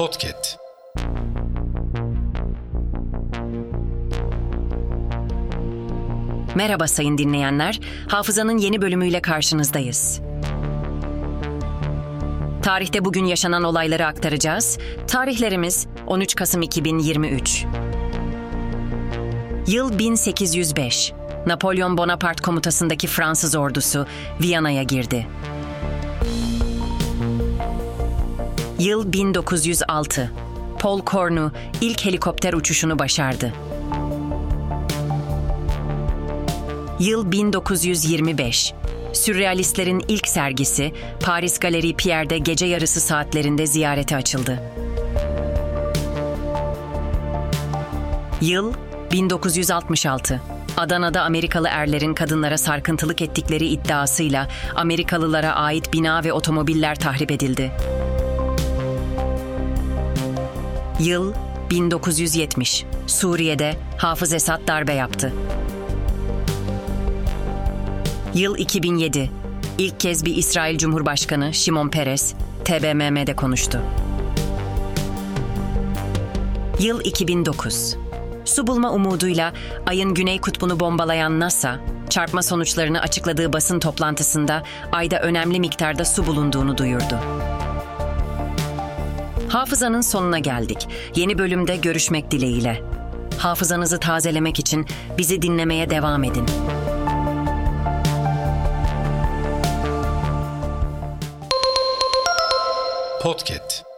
Podcast. Merhaba sayın dinleyenler, Hafızanın yeni bölümüyle karşınızdayız. Tarihte bugün yaşanan olayları aktaracağız. Tarihlerimiz 13 Kasım 2023. Yıl 1805. Napolyon Bonaparte komutasındaki Fransız ordusu Viyana'ya girdi. Yıl 1906. Paul Cornu ilk helikopter uçuşunu başardı. Yıl 1925. Sürrealistlerin ilk sergisi Paris Galerie Pierre'de gece yarısı saatlerinde ziyarete açıldı. Yıl 1966. Adana'da Amerikalı erlerin kadınlara sarkıntılık ettikleri iddiasıyla Amerikalılara ait bina ve otomobiller tahrip edildi. Yıl 1970. Suriye'de Hafız Esad darbe yaptı. Yıl 2007. İlk kez bir İsrail Cumhurbaşkanı Şimon Peres, TBMM'de konuştu. Yıl 2009. Su bulma umuduyla Ay'ın güney kutbunu bombalayan NASA, çarpma sonuçlarını açıkladığı basın toplantısında Ay'da önemli miktarda su bulunduğunu duyurdu. Hafızanın sonuna geldik. Yeni bölümde görüşmek dileğiyle. Hafızanızı tazelemek için bizi dinlemeye devam edin. Podcast.